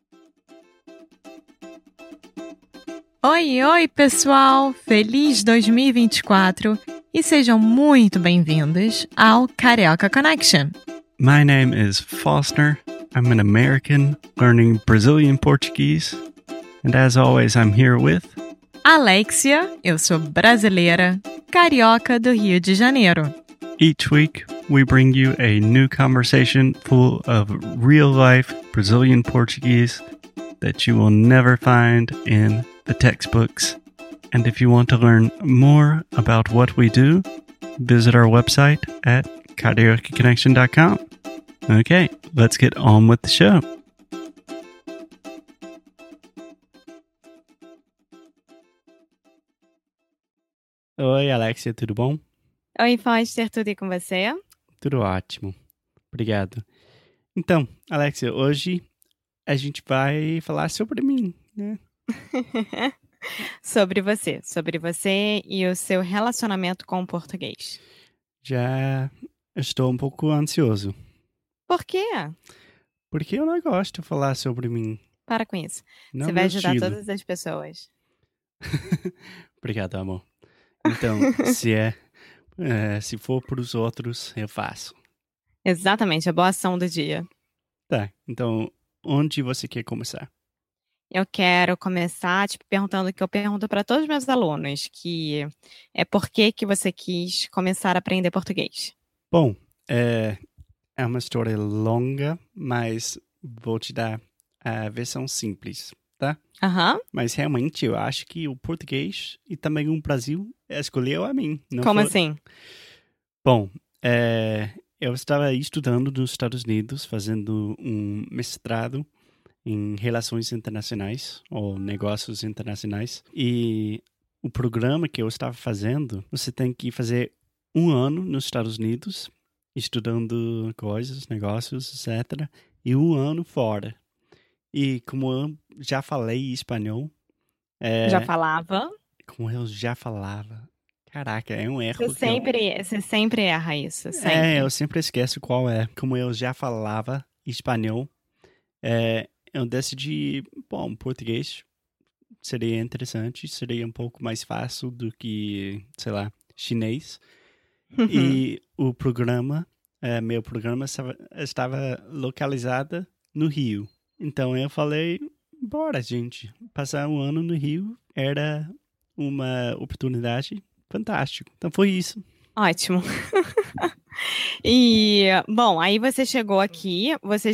Oi, pessoal! Feliz 2024 e sejam muito bem-vindos ao Carioca Connection. My name is Foster. I'm an American learning Brazilian Portuguese. And as always, I'm here with... Alexia, eu sou brasileira, carioca do Rio de Janeiro. Each week, we bring you a new conversation full of real-life Brazilian Portuguese that you will never find in the textbooks. And if you want to learn more about what we do, visit our website at cariocaconnection.com. Okay, let's get on with the show. Oi, Alexia, tudo bom? Oi, Foster, tudo e com você? Tudo ótimo. Obrigado. Então, Alexia, hoje a gente vai falar sobre mim, né? Sobre você e o seu relacionamento com o português. Já estou um pouco ansioso. Por quê? Porque eu não gosto de falar sobre mim. Para com isso. Não Você é vai meu ajudar estilo. todas as pessoas. Obrigado, amor. Então, se for para os outros, eu faço. Exatamente, a boa ação do dia. Tá, então, onde você quer começar? Eu quero começar te perguntando o que eu pergunto para todos os meus alunos, que é por que você quis começar a aprender português? Bom, é uma história longa, mas vou te dar a versão simples, tá? Aham. Mas realmente eu acho que o português e também o Brasil escolheu a mim. Não Como foi... assim? Bom, eu estava estudando nos Estados Unidos, fazendo um mestrado em relações internacionais ou negócios internacionais. E o programa que eu estava fazendo, você tem que fazer 1 ano nos Estados Unidos, estudando coisas, negócios, etc. E 1 ano fora. E como eu já falei espanhol... Já falava? Como eu já falava... Caraca, é um erro. Você sempre erra isso, sempre. Eu sempre esqueço qual é. Como eu já falava espanhol, eu decidi, bom, português seria interessante, seria um pouco mais fácil do que, sei lá, chinês. E o programa, meu programa estava localizado no Rio. Então eu falei, bora, gente, passar 1 ano no Rio era uma oportunidade fantástica. Então foi isso. Ótimo. E, bom, aí você chegou aqui, você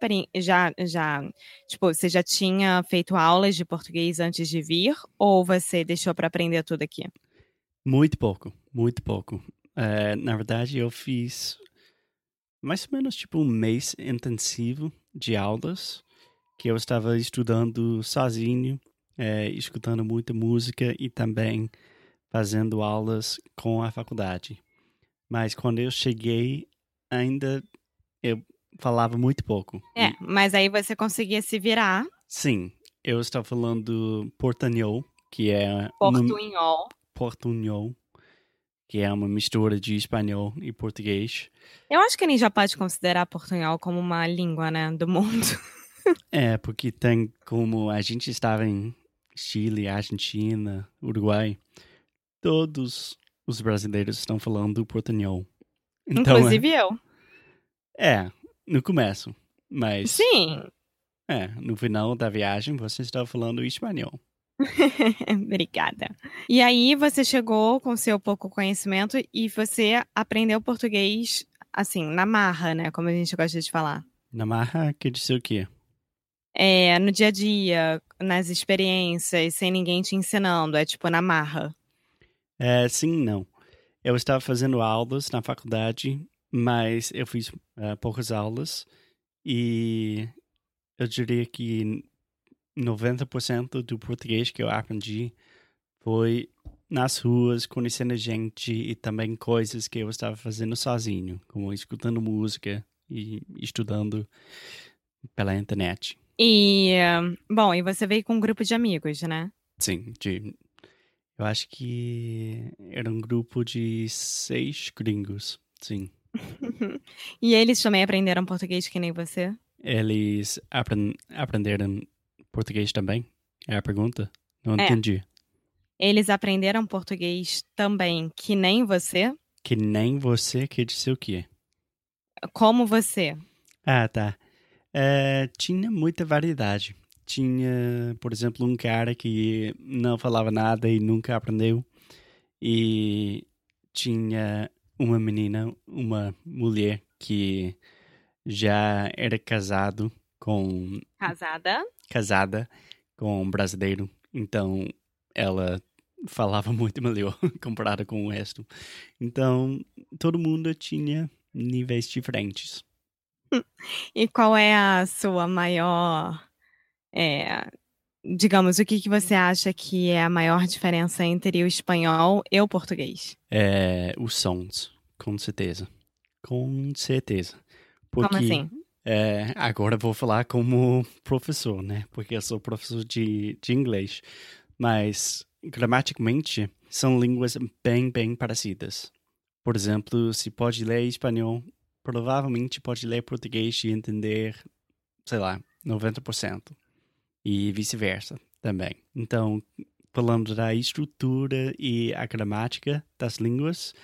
você já tinha feito aulas de português antes de vir, ou você deixou para aprender tudo aqui? Muito pouco, muito pouco. Na verdade, eu fiz mais ou menos tipo 1 mês intensivo de aulas, que eu estava estudando sozinho, escutando muita música e também fazendo aulas com a faculdade. Mas quando eu cheguei, ainda eu falava muito pouco. Mas aí você conseguia se virar. Sim, eu estava falando portanhol, que é... Portunhol. Portunhol, que é uma mistura de espanhol e português. Eu acho que a gente já pode considerar portunhol como uma língua, né, do mundo. Porque tem como a gente estava em Chile, Argentina, Uruguai, todos os brasileiros estão falando portunhol. Então, Inclusive eu. no começo, mas... Sim. No final da viagem você estava falando espanhol. Obrigada. E aí você chegou com seu pouco conhecimento e você aprendeu português, assim, na marra, né? Como a gente gosta de falar. Na marra, quer dizer o quê? No dia a dia, nas experiências, sem ninguém te ensinando. É tipo na marra. Sim e não. Eu estava fazendo aulas na faculdade, mas eu fiz poucas aulas e eu diria que 90% do português que eu aprendi foi nas ruas, conhecendo gente e também coisas que eu estava fazendo sozinho, como escutando música e estudando pela internet. E, bom, e você veio com um grupo de amigos, né? Sim, eu acho que era um grupo de 6 gringos, sim. E eles também aprenderam português que nem você? Eles aprenderam português também? É a pergunta? Não É. entendi. Eles aprenderam português também, que nem você? Que nem você quer dizer o quê? Como você? Ah, tá. Tinha muita variedade. Tinha, por exemplo, um cara que não falava nada e nunca aprendeu. E tinha uma menina, uma mulher que já era Casada? casada com um brasileiro. Então, ela falava muito melhor comparada com o resto. Então, todo mundo tinha níveis diferentes. E qual é a sua maior, digamos, o que você acha que é a maior diferença entre o espanhol e o português? Os sons, com certeza. Com certeza. Como Porque assim? agora eu vou falar como professor, né? Porque eu sou professor de inglês. Mas, gramaticalmente, são línguas bem parecidas. Por exemplo, se pode ler espanhol, provavelmente pode ler português e entender, sei lá, 90%. E vice-versa também. Então, falando da estrutura e a gramática das línguas,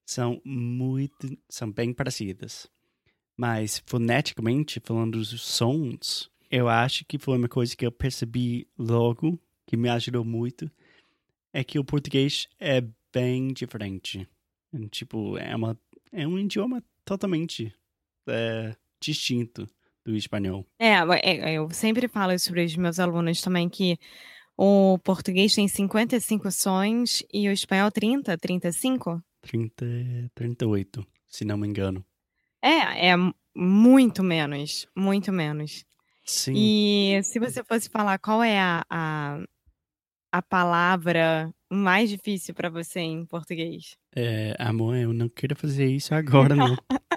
são bem parecidas. Mas, foneticamente, falando dos sons, eu acho que foi uma coisa que eu percebi logo, que me ajudou muito, é que o português é bem diferente. Tipo, é um idioma totalmente distinto do espanhol. Eu sempre falo isso para os meus alunos também, que o português tem 55 sons e o espanhol 30, 35? 30, 38, se não me engano. É muito menos, muito menos. Sim, E se você fosse falar qual é a palavra mais difícil para você em português? amor, eu não quero fazer isso agora, não.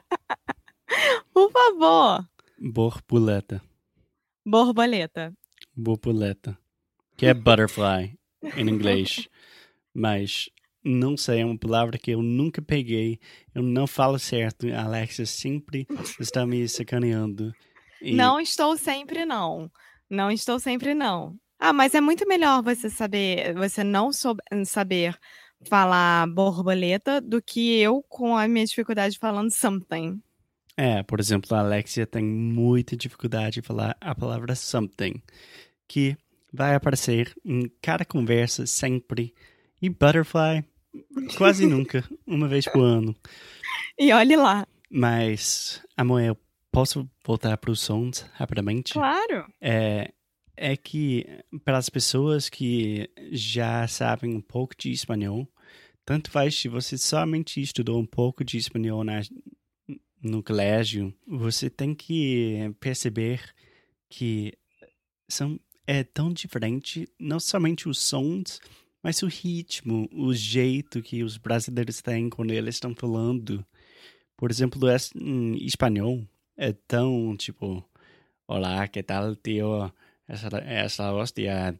Por favor, Borboleta. borboleta. Borboleta. Que é butterfly em inglês. Mas não sei, é uma palavra que eu nunca peguei. Eu não falo certo. A Alexia sempre está me sacaneando. E Não estou sempre, não. Não estou sempre, não. Ah, mas é muito melhor você saber, você não saber falar borboleta do que eu com a minha dificuldade falando something. por exemplo, a Alexia tem muita dificuldade em falar a palavra something, que vai aparecer em cada conversa sempre. E butterfly, quase nunca, uma vez por ano. E olhe lá. Mas, amor, eu posso voltar para os sons rapidamente? Claro. É que para as pessoas que já sabem um pouco de espanhol, tanto faz se você somente estudou um pouco de espanhol no colégio, você tem que perceber que é tão diferente, não somente os sons, mas o ritmo, o jeito que os brasileiros têm quando eles estão falando. Por exemplo, em espanhol é tão tipo, olá, que tal, tío? Essa hostia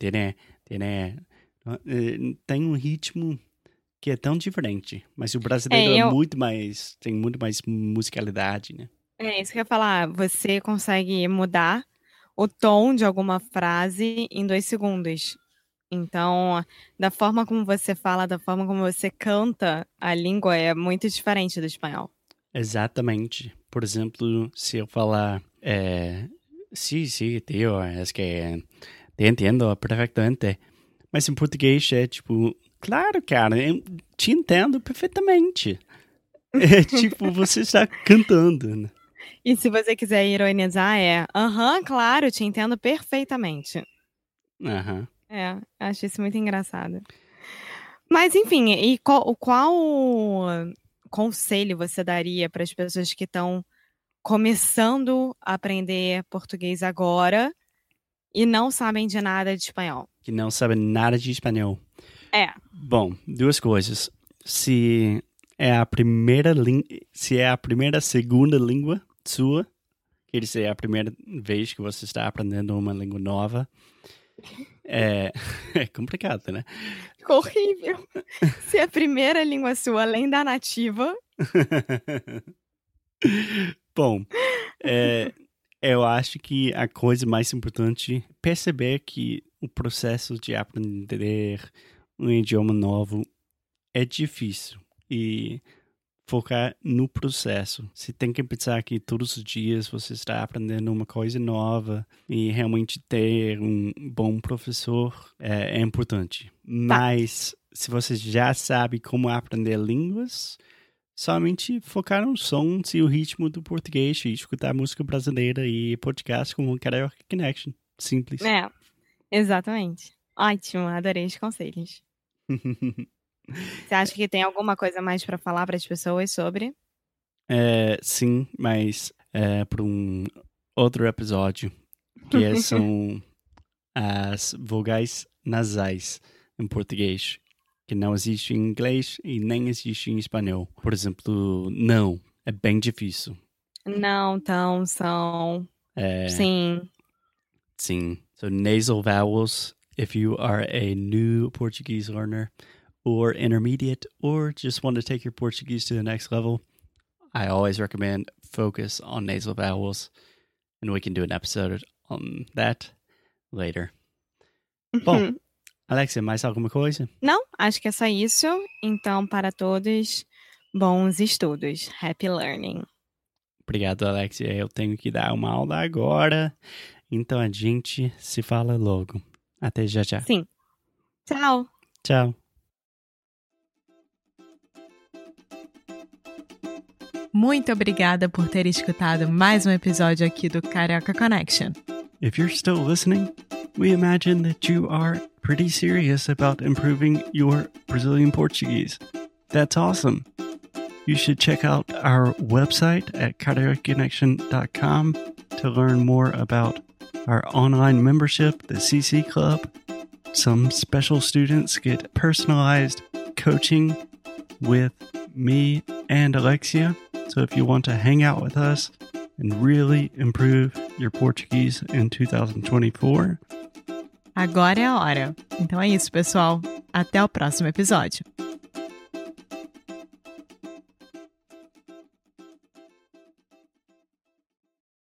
tem um ritmo que é tão diferente, mas o brasileiro É, eu, tem muito mais musicalidade, né? é isso que eu ia falar. Você consegue mudar o tom de alguma frase em 2 segundos. Então, da forma como você fala, da forma como você canta, a língua é muito diferente do espanhol. Exatamente. Por exemplo, se eu falar, sí, tío, es que te entiendo perfeitamente. Mas em português é tipo, claro, cara, eu te entendo perfeitamente. É tipo, você está cantando, né? E se você quiser ironizar, aham, claro, te entendo perfeitamente. Aham. Acho isso muito engraçado. Mas, enfim, e qual conselho você daria para as pessoas que estão começando a aprender português agora e não sabem de nada de espanhol? Que não sabe nada de espanhol. É. Bom, duas coisas. Se é a primeira, segunda língua sua, quer dizer, é a primeira vez que você está aprendendo uma língua nova, é complicado, né? Ficou horrível. Se é a primeira língua sua, além da nativa. Bom, Eu acho que a coisa mais importante é perceber que o processo de aprender um idioma novo é difícil e focar no processo. Você tem que pensar que todos os dias você está aprendendo uma coisa nova e realmente ter um bom professor é importante. Mas se você já sabe como aprender línguas, somente focar nos sons e o ritmo do português e escutar música brasileira e podcast como o Carioca Connection. Simples. É, exatamente. Ótimo, adorei os conselhos. Você acha que tem alguma coisa mais para falar para as pessoas sobre? Sim, mas para um outro episódio, que são as vogais nasais em português, que não existe em inglês e nem existe em espanhol. Por exemplo, não, é bem difícil. Não, tão, são. Sim. Sim. So nasal vowels, if you are a new Portuguese learner or intermediate or just want to take your Portuguese to the next level, I always recommend focus on nasal vowels, and we can do an episode on that later. Bom, Alexia, mais alguma coisa? Não, acho que é só isso. Então, para todos, bons estudos. Happy learning. Obrigado, Alexia. Eu tenho que dar uma aula agora, então a gente se fala logo. Até já já. Sim. Tchau. Tchau. Muito obrigada por ter escutado mais um episódio aqui do Carioca Connection. If you're still listening, we imagine that you are pretty serious about improving your Brazilian Portuguese. That's awesome. You should check out our website at cariocaconnection.com to learn more about our online membership, the CC Club. Some special students get personalized coaching with me and Alexia. So if you want to hang out with us and really improve your Portuguese in 2024. Agora é a hora. Então é isso, pessoal. Até o próximo episódio.